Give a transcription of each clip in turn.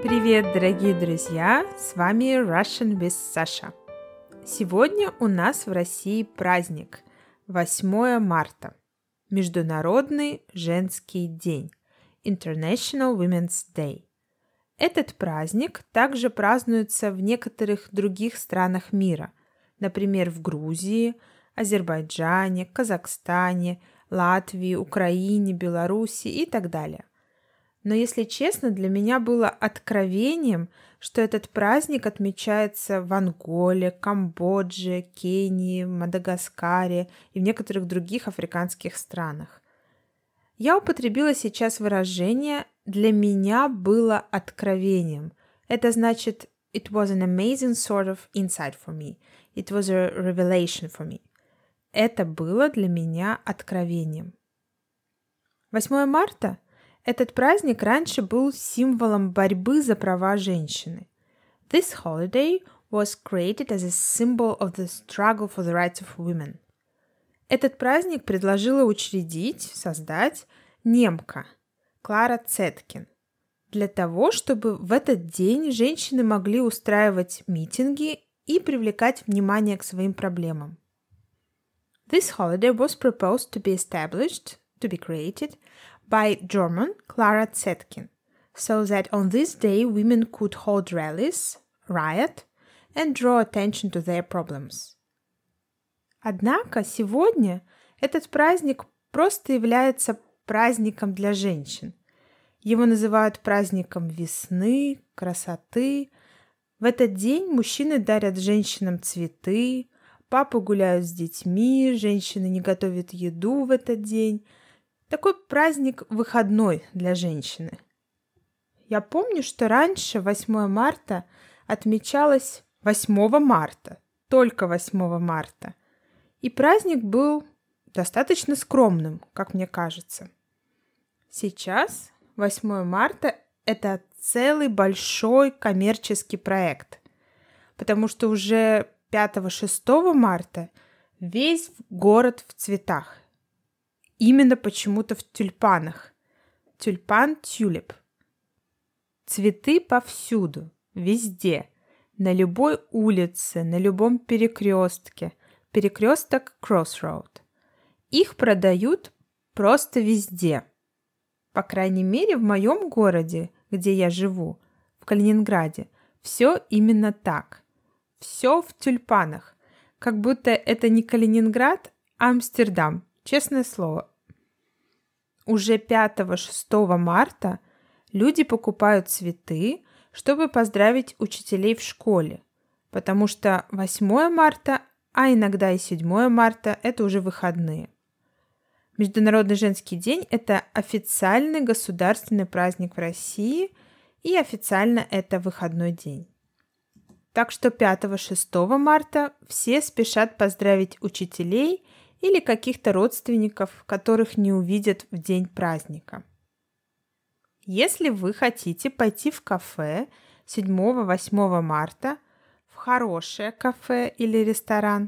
Привет, дорогие друзья! С вами Russian with Sasha. Сегодня у нас в России праздник 8 марта, Международный женский день, International Women's Day. Этот праздник также празднуется в некоторых других странах мира, например, в Грузии, Азербайджане, Казахстане, Латвии, Украине, Беларуси и так далее. Но, если честно, для меня было откровением, что этот праздник отмечается в Анголе, Камбодже, Кении, Мадагаскаре и в некоторых других африканских странах. Я употребила сейчас выражение «для меня было откровением». Это значит «it was an amazing sort of insight for me». «It was a revelation for me». Это было для меня откровением. 8 марта этот праздник раньше был символом борьбы за права женщины. This holiday was created as a symbol of the struggle for the rights of women. Этот праздник предложила создать немка Клара Цеткин для того, чтобы в этот день женщины могли устраивать митинги и привлекать внимание к своим проблемам. This holiday was proposed to be created by German Clara Zetkin, so that on this day women could hold rallies, riot, and draw attention to their problems. Однако сегодня этот праздник просто является праздником для женщин. Его называют праздником весны, красоты. В этот день мужчины дарят женщинам цветы, папы гуляют с детьми, женщины не готовят еду в этот день. Такой праздник выходной для женщины. Я помню, что раньше 8 марта отмечалось 8 марта, только 8 марта. И праздник был достаточно скромным, как мне кажется. Сейчас 8 марта – это целый большой коммерческий проект, потому что уже 5-6 марта весь город в цветах. Именно почему-то в тюльпанах. Тюльпан-тюлип. Цветы повсюду, везде, на любой улице, на любом перекрестке. Перекресток Crossroad. Их продают просто везде. По крайней мере, в моем городе, где я живу, в Калининграде, все именно так. Все в тюльпанах. Как будто это не Калининград, а Амстердам. Честное слово. Уже 5-6 марта люди покупают цветы, чтобы поздравить учителей в школе, потому что 8 марта, а иногда и 7 марта – это уже выходные. Международный женский день – это официальный государственный праздник в России, и официально это выходной день. Так что 5-6 марта все спешат поздравить учителей или каких-то родственников, которых не увидят в день праздника. Если вы хотите пойти в кафе 7-8 марта, в хорошее кафе или ресторан,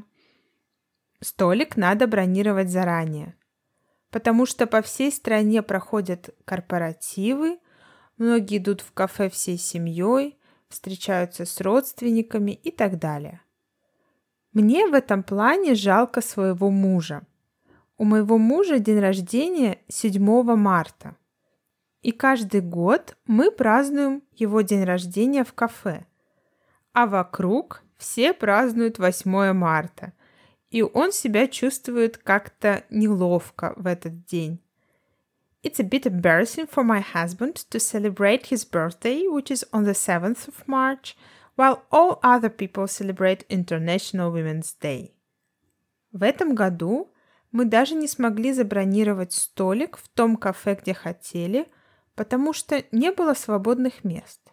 столик надо бронировать заранее, потому что по всей стране проходят корпоративы, многие идут в кафе всей семьей, встречаются с родственниками и так далее. Мне в этом плане жалко своего мужа. У моего мужа день рождения 7 марта. И каждый год мы празднуем его день рождения в кафе. А вокруг все празднуют 8 марта. И он себя чувствует как-то неловко в этот день. It's a bit embarrassing for my husband to celebrate his birthday, which is on the 7th of March, while all other people celebrate International Women's Day. В этом году мы даже не смогли забронировать столик в том кафе, где хотели, потому что не было свободных мест.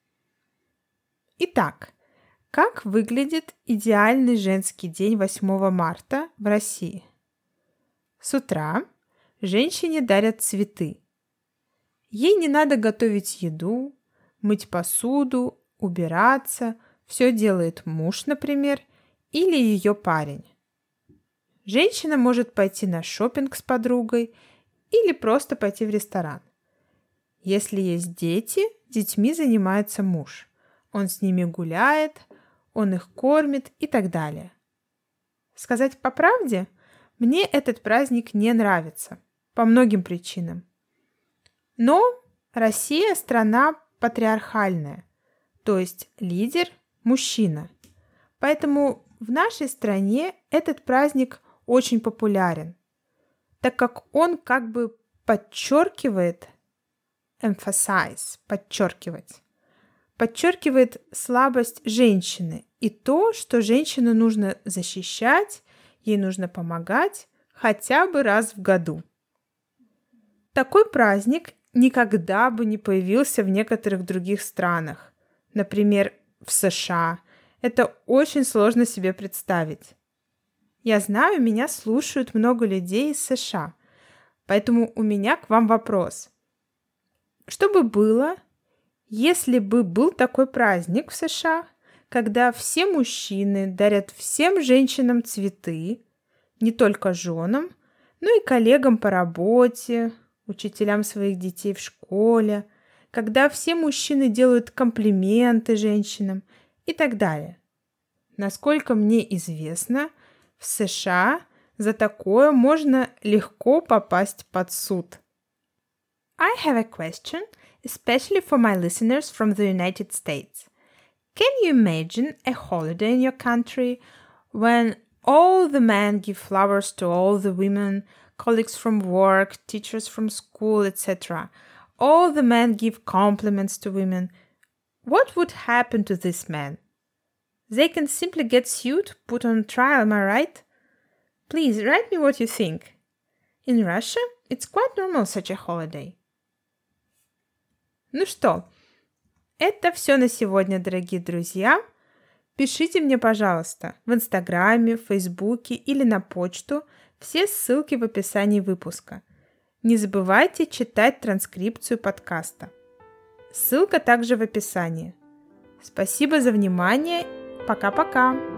Итак, как выглядит идеальный женский день 8 марта в России? С утра женщине дарят цветы. Ей не надо готовить еду, мыть посуду, убираться, все делает муж, например, или ее парень. Женщина может пойти на шопинг с подругой или просто пойти в ресторан. Если есть дети, детьми занимается муж. Он с ними гуляет, он их кормит и так далее. Сказать по правде, мне этот праздник не нравится по многим причинам. Но Россия страна патриархальная, то есть лидер – мужчина. Поэтому в нашей стране этот праздник очень популярен, так как он как бы подчеркивает, подчеркивает слабость женщины и то, что женщину нужно защищать, ей нужно помогать хотя бы раз в году. Такой праздник никогда бы не появился в некоторых других странах, например, в США. Это очень сложно себе представить. Я знаю, меня слушают много людей из США, поэтому у меня к вам вопрос. Что бы было, если бы был такой праздник в США, когда все мужчины дарят всем женщинам цветы, не только женам, но и коллегам по работе, учителям своих детей в школе, когда все мужчины делают комплименты женщинам и так далее. Насколько мне известно, в США за такое можно легко попасть под суд. I have a question, especially for my listeners from the United States. Can you imagine a holiday in your country when all the men give flowers to all the women, colleagues from work, teachers from school, etc. All the men give compliments to women. What would happen to these men? They can simply get sued, put on trial, am I right? Please write me what you think. In Russia, it's quite normal such a holiday. Ну что, это все на сегодня, дорогие друзья. Пишите мне, пожалуйста, в Инстаграме, в Фейсбуке или на почту. Все ссылки в описании выпуска. Не забывайте читать транскрипцию подкаста. Ссылка также в описании. Спасибо за внимание. Пока-пока.